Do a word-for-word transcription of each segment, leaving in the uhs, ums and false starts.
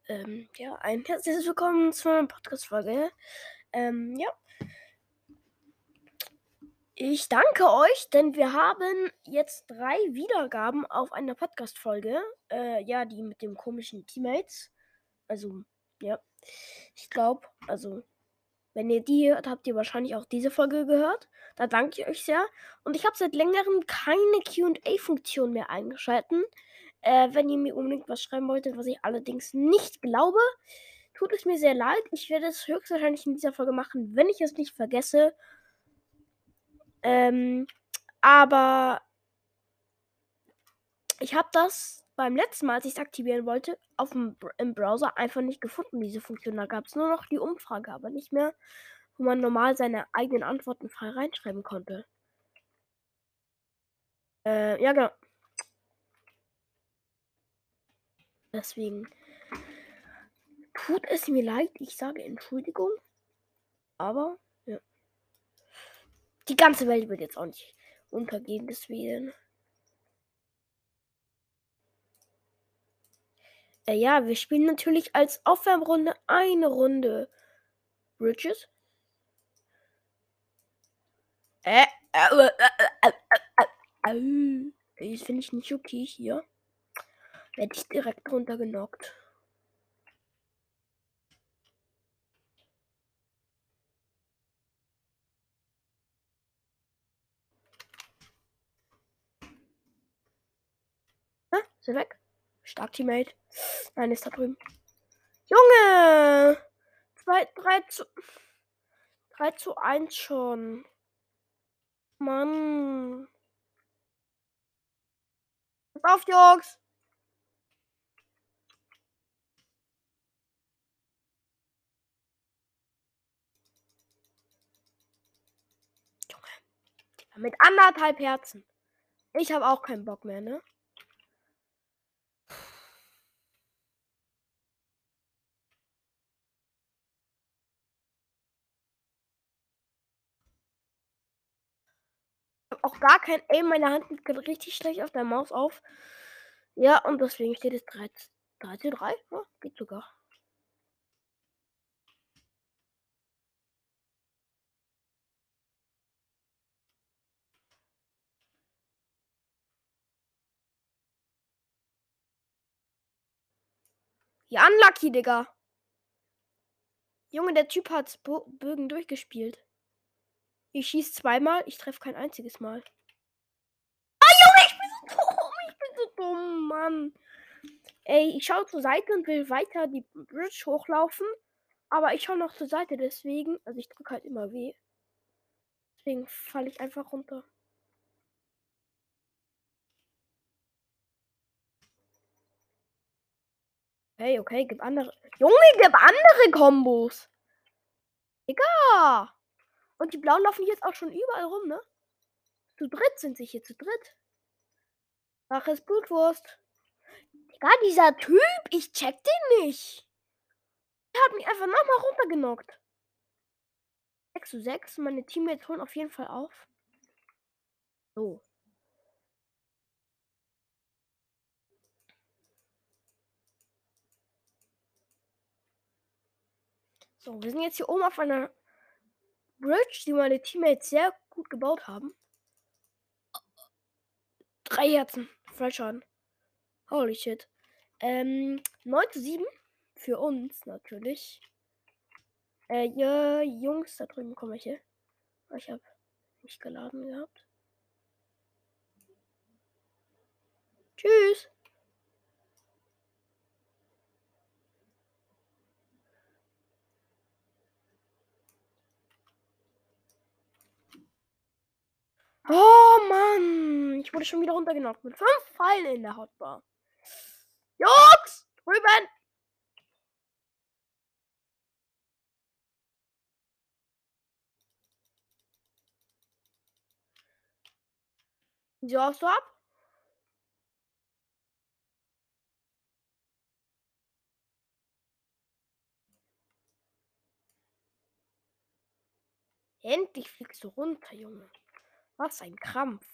Ähm, ja, ein herzliches Willkommen zu einer Podcast-Folge. Ähm, ja. Ich danke euch, denn wir haben jetzt drei Wiedergaben auf einer Podcast-Folge. Äh, ja, die mit dem komischen Teammates. Also, ja. Ich glaube, also, wenn ihr die hört, habt ihr wahrscheinlich auch diese Folge gehört. Da danke ich euch sehr. Und ich habe seit längerem keine Q und A-Funktion mehr eingeschalten. Äh, wenn ihr mir unbedingt was schreiben wolltet, was ich allerdings nicht glaube, tut es mir sehr leid. Ich werde es höchstwahrscheinlich in dieser Folge machen, wenn ich es nicht vergesse. Ähm, aber ich habe das beim letzten Mal, als ich es aktivieren wollte, auf dem, im Browser einfach nicht gefunden, diese Funktion. Da gab es nur noch die Umfrage, aber nicht mehr, wo man normal seine eigenen Antworten frei reinschreiben konnte. Äh, ja, genau. Deswegen tut es mir leid, ich sage Entschuldigung. Aber, ja. Die ganze Welt wird jetzt auch nicht untergehen, deswegen. Äh, ja, wir spielen natürlich als Aufwärmrunde eine Runde Bridges. Äh, äh, äh, äh, äh, äh, äh. Das finde ich nicht okay hier. Werde ich direkt runtergenockt. Na, ist er weg? Stark, Teammate. Nein, ist da drüben. Junge! zwei, drei zu, drei zu eins schon. Mann. Pass auf, Jungs! Junge. Mit anderthalb Herzen. Ich habe auch keinen Bock mehr, ne? Ich habe auch gar kein Aim. Meine Hand geht richtig schlecht auf der Maus auf. Ja, und deswegen steht es drei zu drei. Ja, geht sogar. Ja, unlucky, Digga. Junge, der Typ hat Bo Bögen durchgespielt. Ich schieße zweimal, ich treffe kein einziges Mal. Ah, Junge, ich bin so dumm. Ich bin so dumm, Mann. Ey, ich schaue zur Seite und will weiter die Bridge hochlaufen. Aber ich schaue noch zur Seite, deswegen. Also ich drücke halt immer weh. Deswegen falle ich einfach runter. Hey, okay, gib andere. Junge, gib andere Kombos. Digga. Und die Blauen laufen jetzt auch schon überall rum, ne? Zu dritt sind sie hier, zu dritt. Ach, ist Blutwurst. Digga, dieser Typ, ich check den nicht. Der hat mich einfach nochmal runtergenockt. sechs zu sechs. Meine Teammates holen auf jeden Fall auf. So. So, wir sind jetzt hier oben auf einer Bridge, die meine Teammates sehr gut gebaut haben. Drei Herzen. Vollschaden. Holy shit. Ähm, neun zu sieben. Für uns natürlich. Äh, ja, Jungs, da drüben kommen welche. Ich habe nicht geladen gehabt. Tschüss. Oh Mann. Ich wurde schon wieder runtergenockt mit fünf Pfeilen in der Hotbar. Jungs! Drüben! Wieso hast du ab? Endlich fliegst du runter, Junge. Was ein Krampf.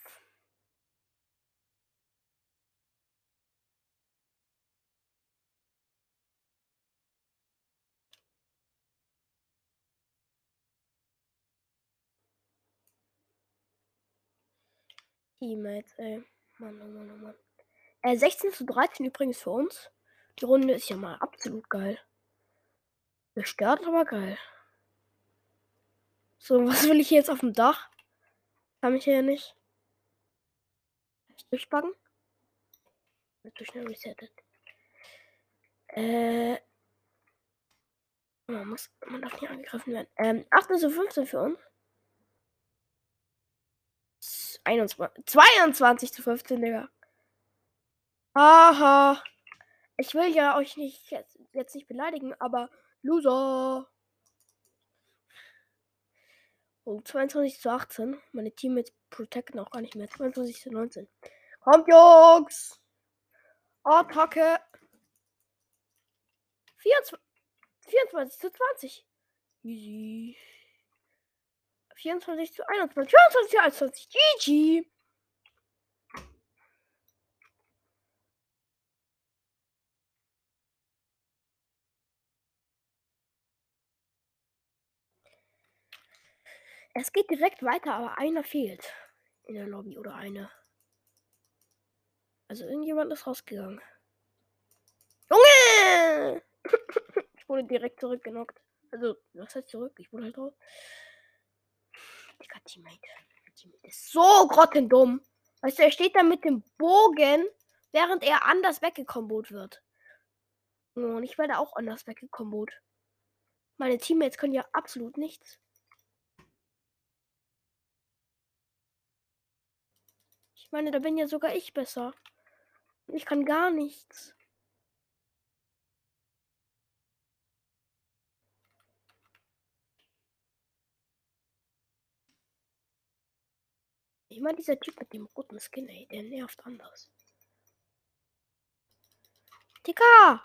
Teammates, ey. Mann, oh Mann, oh Mann. Äh, sechzehn zu dreizehn übrigens für uns. Die Runde ist ja mal absolut geil. Gestört, aber geil. So, was will ich hier jetzt auf dem Dach? Kann ich ja nicht. Durchbacken? Wird zu schnell resettet. Äh. Man muss. Man darf nicht angegriffen werden. Ähm, achtzehn zu fünfzehn für uns. einundzwanzig, zweiundzwanzig zu fünfzehn, Digga. Haha. Ich will ja euch nicht jetzt, jetzt nicht beleidigen, aber Loser. Oh, zweiundzwanzig zu achtzehn. Meine Teammates protecten auch gar nicht mehr. zweiundzwanzig zu neunzehn. Kommt, Jungs! Attacke! vierundzwanzig, vierundzwanzig zu zwanzig. Easy. vierundzwanzig zu einundzwanzig. vierundzwanzig zu einundzwanzig. G G. Es geht direkt weiter, aber einer fehlt in der Lobby oder eine. Also irgendjemand ist rausgegangen. Junge! Ich wurde direkt zurückgenockt. Also, was heißt zurück? Ich wurde halt raus. Digga, Teammate. Teammate ist so grottendumm. Weißt du, er steht da mit dem Bogen, während er anders weggekombot wird. Und ich werde auch anders weggekombot. Meine Teammates können ja absolut nichts. Ich meine, da bin ja sogar ich besser. Ich kann gar nichts. Ich meine, dieser Typ mit dem roten Skin, ey, der nervt anders. Digga!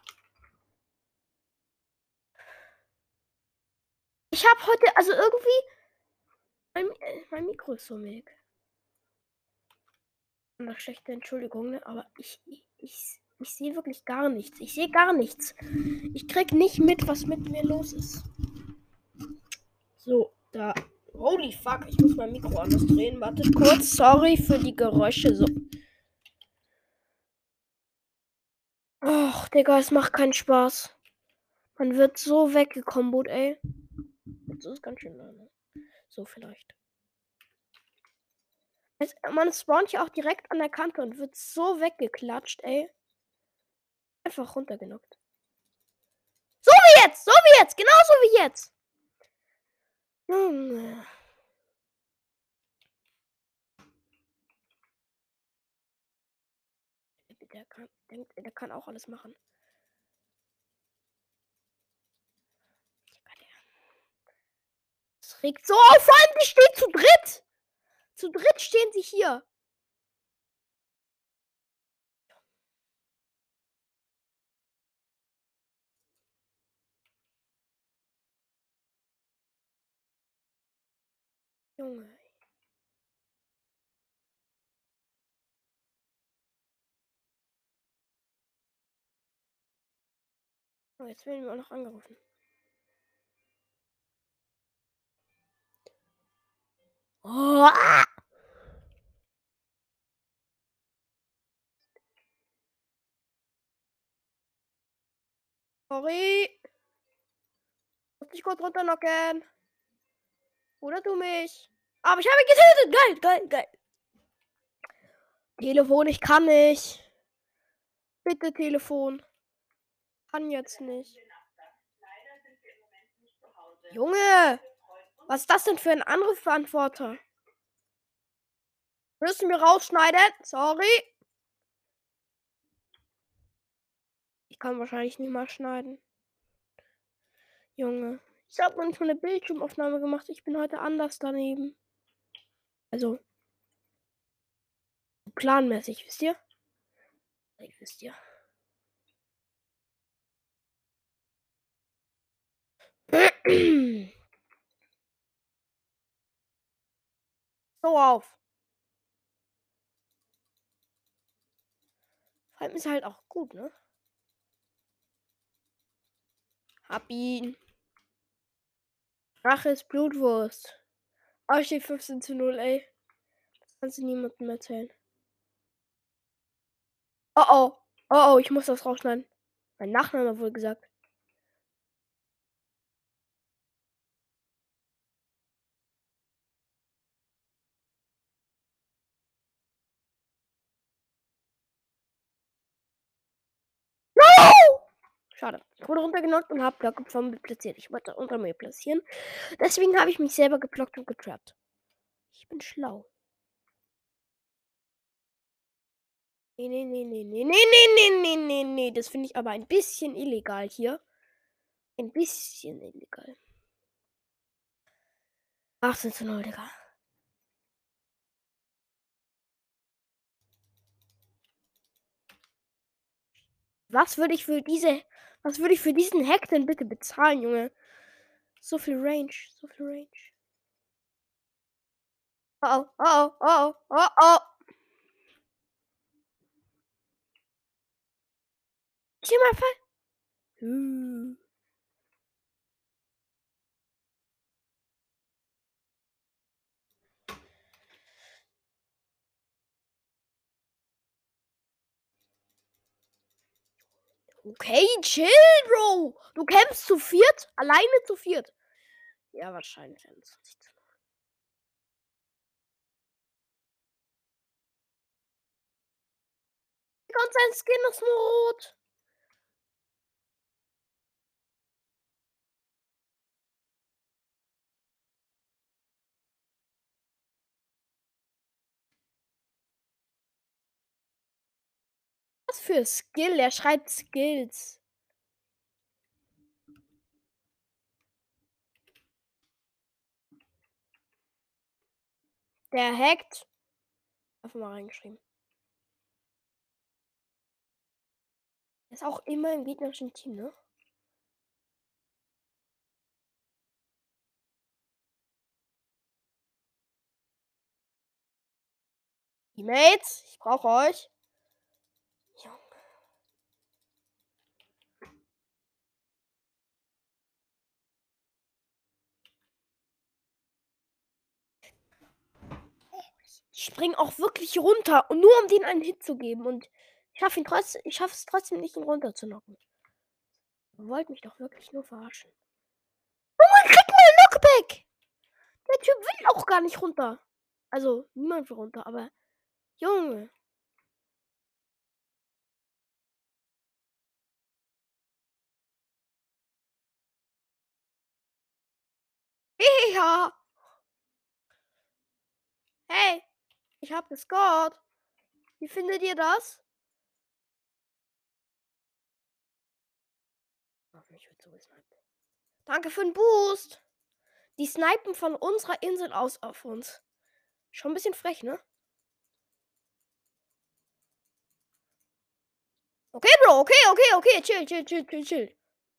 Ich hab heute, also irgendwie, mein, äh, mein Mikro ist so weg. Nach schlechte Entschuldigung, ne? Aber ich, ich, ich, ich sehe wirklich gar nichts. Ich sehe gar nichts. Ich krieg nicht mit, was mit mir los ist. So, da. Holy fuck, ich muss mein Mikro anders drehen. Wartet kurz. Sorry für die Geräusche. So. Och, Digga, es macht keinen Spaß. Man wird so weggekombot, ey. Das ist ganz schön lange. So vielleicht. Es, man spawnt ja auch direkt an der Kante und wird so weggeklatscht, ey. Einfach runtergenockt. So wie jetzt! So wie jetzt! Genauso wie jetzt! Junge. Der kann, denkt, der kann auch alles machen. Es regt so auf, vor allem die stehen zu dritt. Zu dritt stehen sie hier. Junge. Oh, jetzt werden wir auch noch angerufen. Oh, ah! Sorry. Muss dich kurz runternocken. Oder du mich. Aber ich habe ihn getötet. Geil, geil, geil. Telefon, ich kann nicht. Bitte Telefon. Kann jetzt nicht. Junge. Was ist das denn für ein Anrufbeantworter? Müssen wir rausschneiden? Sorry. Ich kann wahrscheinlich nicht mal schneiden. Junge. Ich habe manchmal eine Bildschirmaufnahme gemacht. Ich bin heute anders daneben. Also, planmäßig, wisst ihr? Ich wisst ihr. So auf. Vor allem ist halt auch gut, ne? Hab ihn. Rache ist Blutwurst. Oh, steht fünfzehn zu null, ey. Kannst du niemandem erzählen. Oh oh. Oh oh, ich muss das rausschneiden. Mein Nachname wohl gesagt. No! Schade. Ich wurde runtergenockt und habe Blöcke von mir platziert. Ich wollte unter mir platzieren. Deswegen habe ich mich selber geblockt und getrappt. Ich bin schlau. Nee, nee, nee, nee, nee, nee, nee, nee, nee, nee, nee. Das finde ich aber ein bisschen illegal hier. Ein bisschen illegal. achtzehn zu null, Digga. Was würde ich für diese. Was würde ich für diesen Hack denn bitte bezahlen, Junge? So viel Range. So viel Range. Oh oh, oh oh, oh oh. Chill mal fall. Hm. Okay, chill, Bro. Du kämpfst zu viert? Alleine zu viert? Ja, wahrscheinlich. einundzwanzig. Und sein Skin ist nur rot. Was für Skill? Er schreibt Skills. Der hackt. Einfach mal reingeschrieben. Er ist auch immer im gegnerischen Team, ne? Teammates, ich brauche euch. Junge. Ich spring auch wirklich runter, und nur um den einen Hit zu geben. Und ich schaffe ihn trotzdem, ich schaffe es trotzdem nicht, ihn runter zu knocken. Ihr wollt mich doch wirklich nur verarschen. Junge, krieg mal ein Knockback! Der Typ will auch gar nicht runter. Also, niemand will runter, aber Junge. Ja. Hey, ich hab gescored. Wie findet ihr das? Ach, mich wird so gesniped. Danke für den Boost. Die snipen von unserer Insel aus auf uns. Schon ein bisschen frech, ne? Okay, Bro, okay, okay, okay. Chill, chill, chill, chill, chill.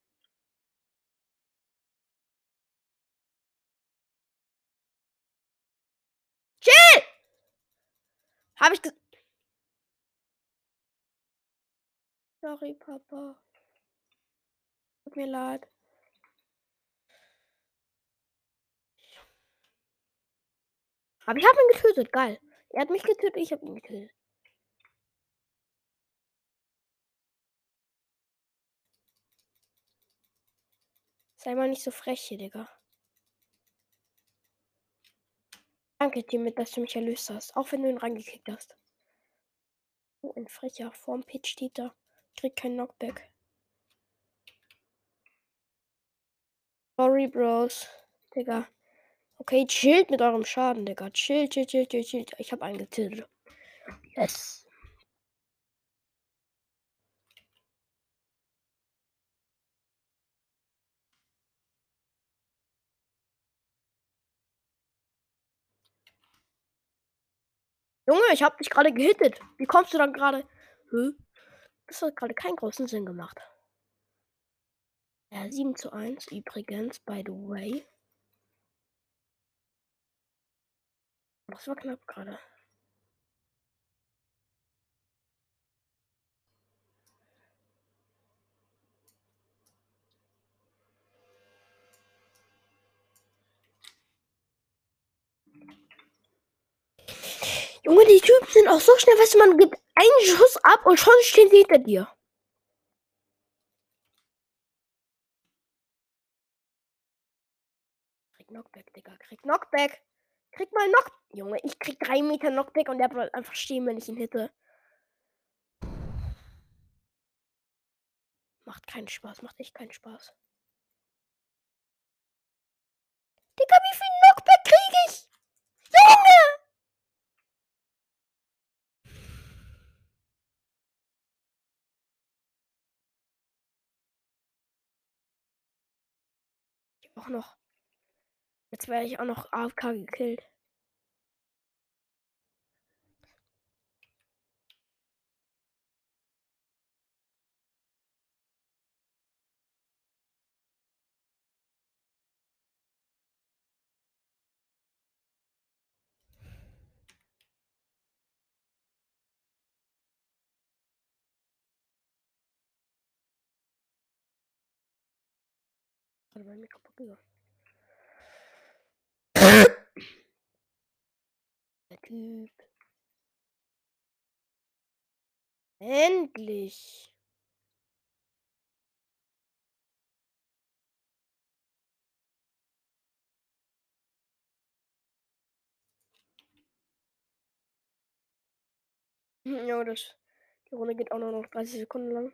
Chill! Hab ich ge... Sorry, Papa. Tut mir leid. Aber ich hab ihn getötet. Geil. Er hat mich getötet, ich hab ihn getötet. Sei mal nicht so frech hier, Digga. Danke, Teammate, dass du mich erlöst hast. Auch wenn du ihn reingekickt hast. Oh, ein frecher. Vorm Pitch steht da. Krieg kein Knockback. Sorry, Bros. Digga. Okay, chillt mit eurem Schaden, Digga. Chill, chill, chill, chill, chill. Ich hab einen getötet. Yes. Junge, ich hab dich gerade gehittet. Wie kommst du dann gerade? Hä? Das hat gerade keinen großen Sinn gemacht. Ja, sieben zu eins übrigens, by the way. Das war knapp gerade. Junge, die Typen sind auch so schnell, weißt du, man gibt einen Schuss ab und schon stehen sie hinter dir. Krieg Knockback, Digga. Krieg Knockback. Krieg mal Knock... Junge, ich krieg drei Meter Knockback und der bleibt einfach stehen, wenn ich ihn hitte. Macht keinen Spaß, macht echt keinen Spaß. Digga, wie viel Knockback krieg ich? Junge! Ich auch noch. Jetzt werde ich auch noch A F K gekillt. Gerade bei mir kaputt gegangen. Der Typ. Endlich. Ja, das. Die Runde geht auch nur noch dreißig Sekunden lang.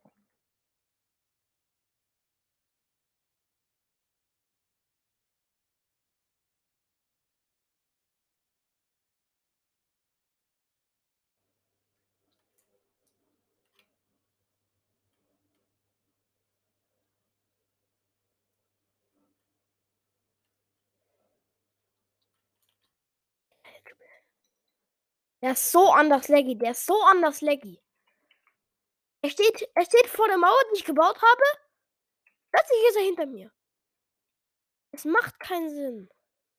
Der ist so anders laggy. Der ist so anders laggy. Er steht, er steht vor der Mauer, die ich gebaut habe. Plötzlich ist er hinter mir. Es macht keinen Sinn.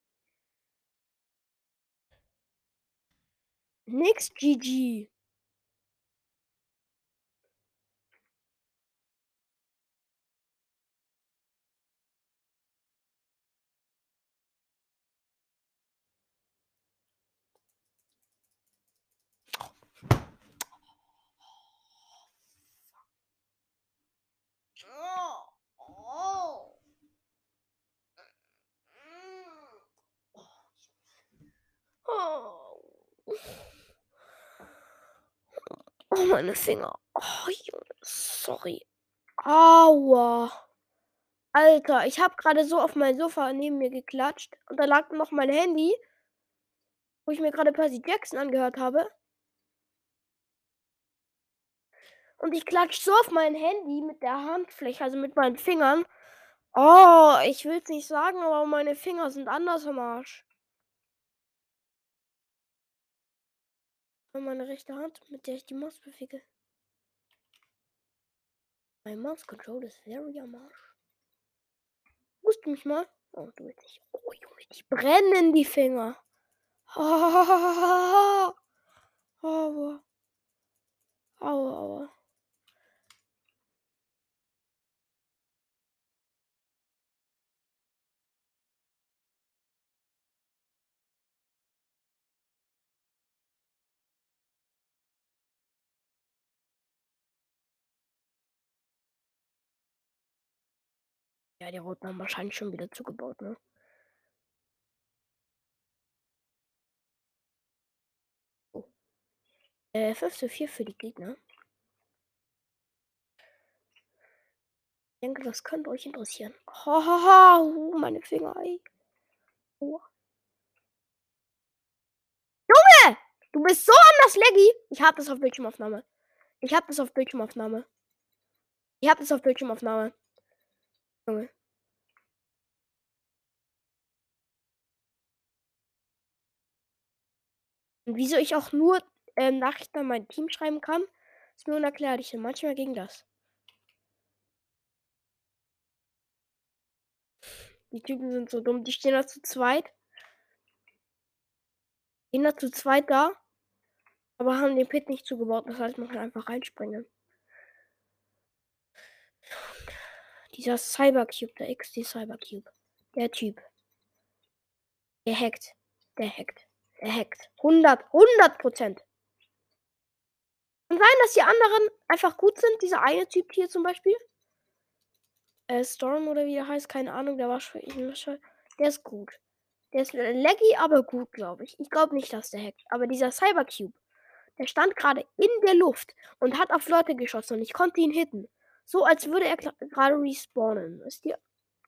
Nix G G. Oh. Oh. Oh. Oh, meine Finger. Oh, Junge, sorry. Aua. Alter, ich habe gerade so auf mein Sofa neben mir geklatscht und da lag noch mein Handy, wo ich mir gerade Percy Jackson angehört habe. Und ich klatsche so auf mein Handy mit der Handfläche, also mit meinen Fingern. Oh, ich will es nicht sagen, aber meine Finger sind anders am Arsch. Und meine rechte Hand, mit der ich die Maus bewege. Mein Mouse Control ist very am Arsch. Musst du mich mal? Oh, du willst nicht. Oh, Junge, die brennen die Finger. Aua. Aua. Aua, aua. Ja, die Roten haben wahrscheinlich schon wieder zugebaut, ne? Oh. Äh, fünf zu vier für die Gegner. Ich denke, das könnte euch interessieren. Hahaha, oh, meine Finger, ey. Oh. Junge! Du bist so anders laggy. Ich hab das auf Bildschirmaufnahme. Ich hab das auf Bildschirmaufnahme. Ich hab das auf Bildschirmaufnahme. Junge. Und wieso ich auch nur ähm, Nachrichten an mein Team schreiben kann, ist mir unerklärlich. Und manchmal ging das. Die Typen sind so dumm. Die stehen da zu zweit. Stehen da zu zweit da. Aber haben den Pit nicht zugebaut. Das heißt, man kann einfach reinspringen. Dieser Cybercube, der X D Cybercube. Der Typ. Der hackt. Der hackt. Er hackt. hundert, hundert Prozent. Kann sein, dass die anderen einfach gut sind. Dieser eine Typ hier zum Beispiel. Äh, Storm oder wie der heißt, keine Ahnung, der war schon, der ist gut. Der ist laggy, aber gut, glaube ich. Ich glaube nicht, dass der hackt. Aber dieser Cybercube, der stand gerade in der Luft und hat auf Leute geschossen und ich konnte ihn hitten. So als würde er gerade respawnen. Wisst ihr?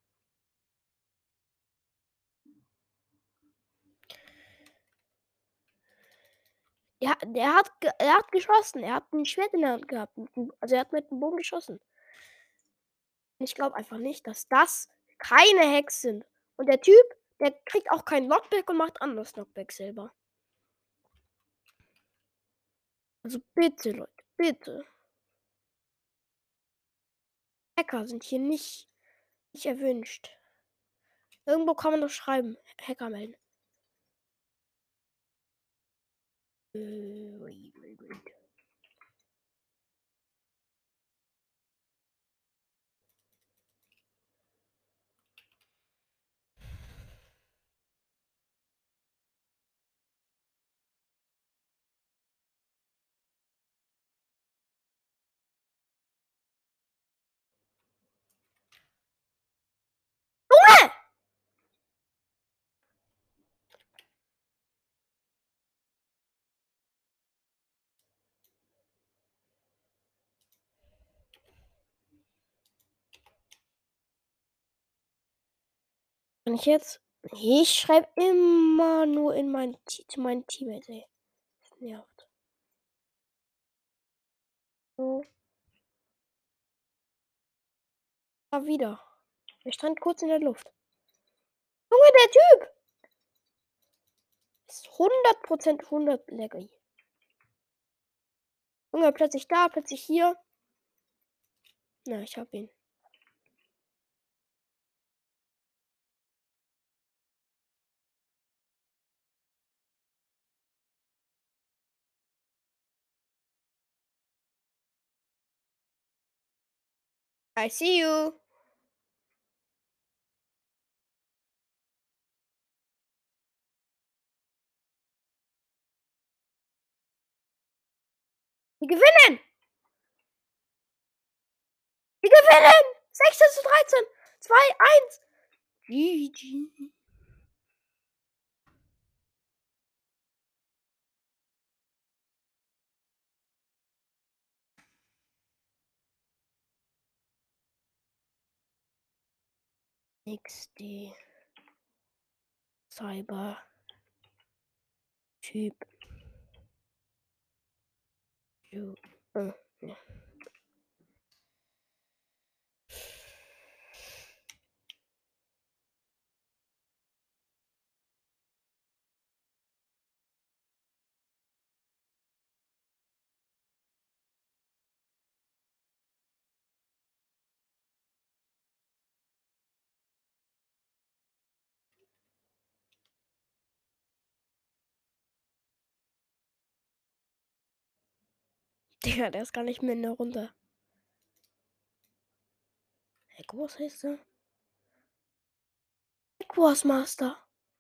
Ja, der hat, er hat geschossen. Er hat ein Schwert in der Hand gehabt. Also er hat mit dem Bogen geschossen. Ich glaube einfach nicht, dass das keine Hacks sind. Und der Typ, der kriegt auch kein Knockback und macht anderes Knockback selber. Also bitte, Leute, bitte. Hacker sind hier nicht, nicht erwünscht. Irgendwo kann man doch schreiben. Hacker melden. Äh, wait, wait, wait. Junge! Kann ich jetzt? Ich schreibe immer nur in mein, zu meinen Teammates, ey. Das nervt. So. Ah, wieder. Er stand kurz in der Luft. Junge, der Typ! Ist hundert Prozent hundert laggy. Junge, plötzlich da, plötzlich hier. Na, ich hab ihn. I see you. Wir gewinnen! Wir gewinnen! sechzehn zu dreizehn. zwei eins. G G. X D. Cyber. Typ. Ju- äh, ja. Digga, der ist gar nicht mehr in der Runde. Hey, was heißt der? Equus Master.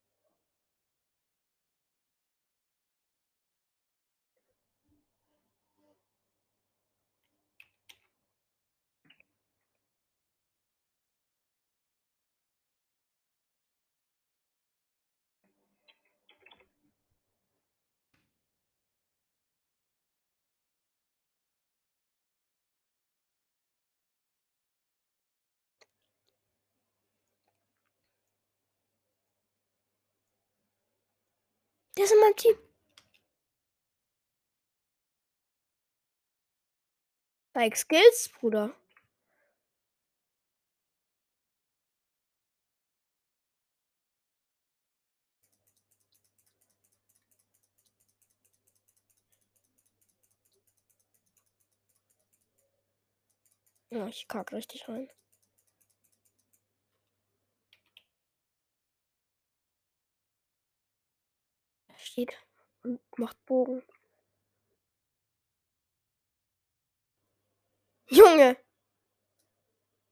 Der ist in meinem Team. Like Skills, Bruder. Ja, ich kack richtig rein. Er steht und macht Bogen. Junge!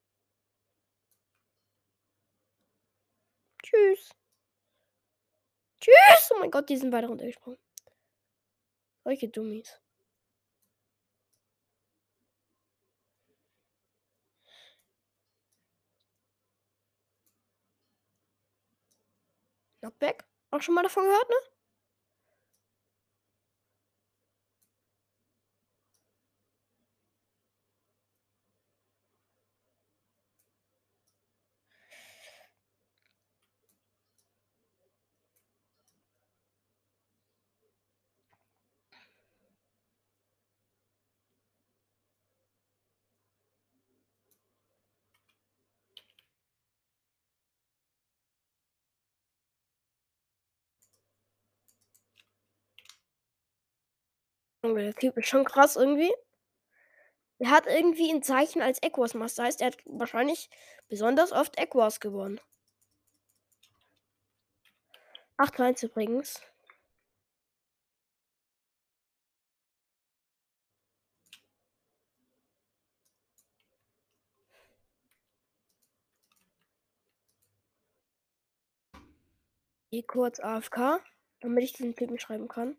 Tschüss. Tschüss! Oh mein Gott, die sind weiter runtergesprungen. Solche Dummies. Knockback? Auch schon mal davon gehört, ne? Junge, der Typ ist schon krass irgendwie. Er hat irgendwie ein Zeichen als Egg Wars Master. Heißt, er hat wahrscheinlich besonders oft Egg Wars gewonnen. acht eins übrigens. Geh kurz A F K, damit ich diesen Typen schreiben kann.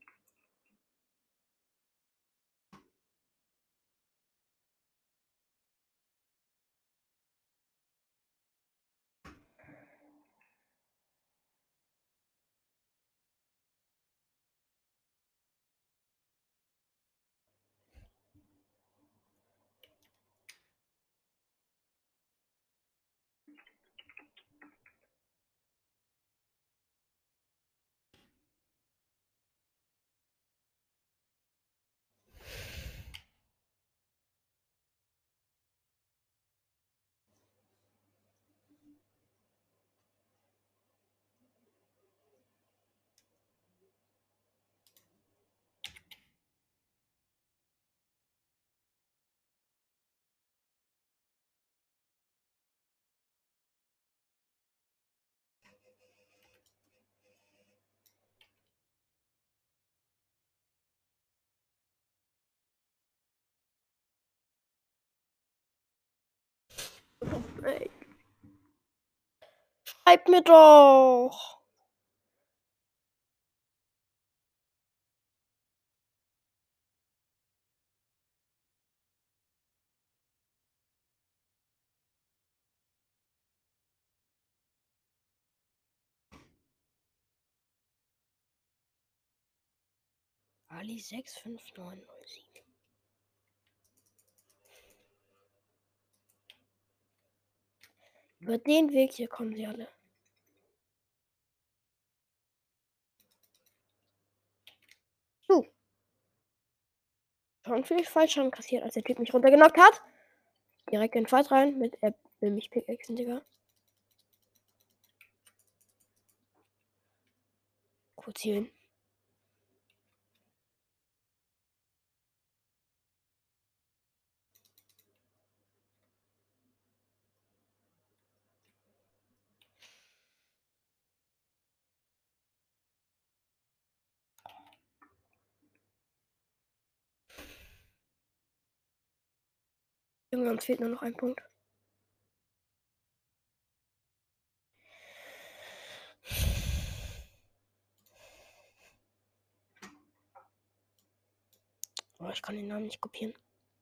Ey. Schreib mir doch! Ali sechs fünf neun null sieben. Über den Weg hier kommen sie alle. So. Schon viel Fallschaden kassiert, als der Typ mich runtergenockt hat. Direkt in den Fight rein mit er will mich pickaxen, Digga. Kurz hier hin. Junge, uns fehlt nur noch ein Punkt. Oh, ich kann den Namen nicht kopieren.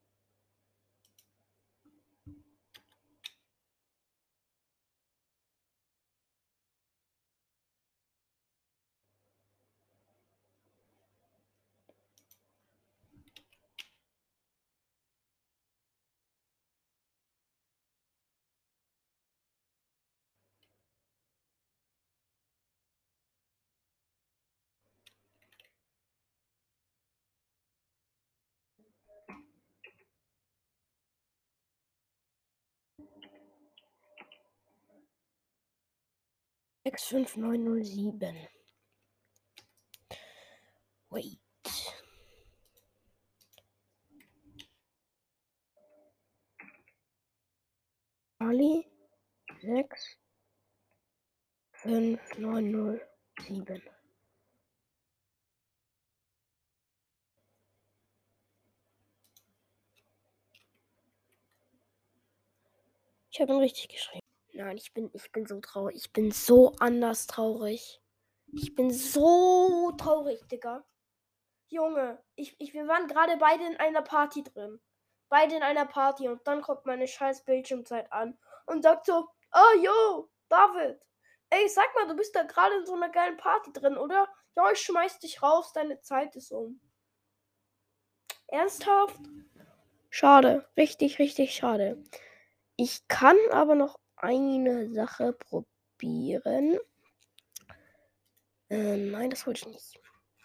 sechs fünf neun null sieben. Wait. Ali sechs fünf neun null sieben. Ich habe ihn richtig geschrieben. Nein, ich bin, ich bin so traurig. Ich bin so anders traurig. Ich bin so traurig, Digga. Junge, ich, ich, wir waren gerade beide in einer Party drin. Beide in einer Party und dann kommt meine scheiß Bildschirmzeit an und sagt so, oh yo, David, ey, sag mal, du bist da gerade in so einer geilen Party drin, oder? Ja, ich schmeiß dich raus, deine Zeit ist um. Ernsthaft? Schade, richtig, richtig schade. Ich kann aber noch eine Sache probieren. Äh, nein, das wollte ich nicht.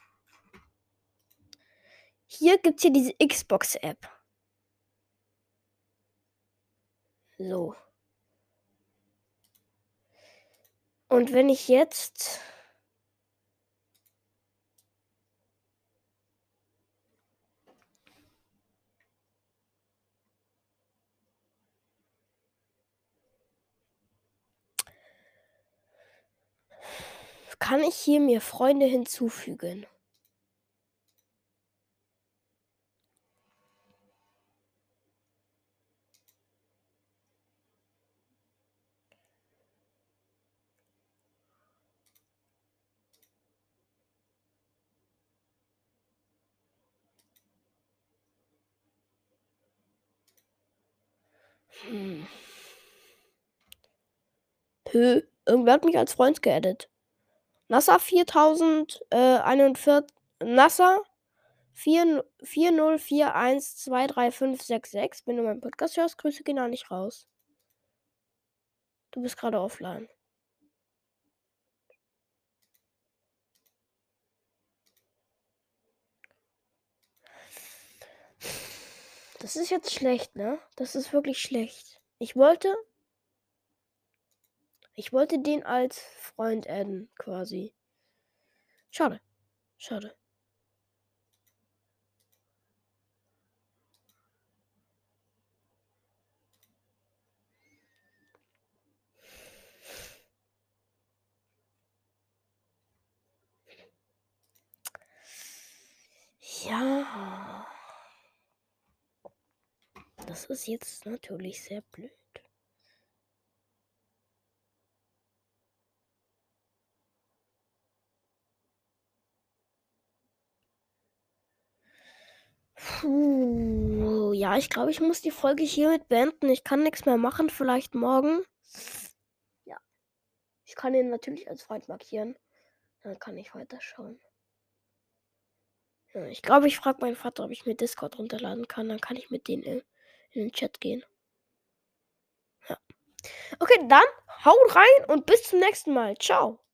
Hier gibt es hier diese Xbox-App. So. Und wenn ich jetzt kann ich hier mir Freunde hinzufügen. Hm. Hö, irgendwer hat mich als Freund geaddet. NASA viertausendeinundvierzig, NASA vier null vier eins zwei drei fünf sechs sechs. Wenn du meinen Podcast hörst, Grüße gehen auch nicht raus. Du bist gerade offline. Das ist jetzt schlecht, ne? Das ist wirklich schlecht. Ich wollte. Ich wollte den als Freund adden, quasi. Schade. Schade. Ja. Das ist jetzt natürlich sehr blöd. Puh, ja, ich glaube, ich muss die Folge hiermit beenden. Ich kann nichts mehr machen, vielleicht morgen. Ja. Ich kann ihn natürlich als Freund markieren. Dann kann ich weiterschauen. Ja, ich glaube, ich frage meinen Vater, ob ich mir Discord runterladen kann. Dann kann ich mit denen in, in den Chat gehen. Ja. Okay, dann haut rein und bis zum nächsten Mal. Ciao.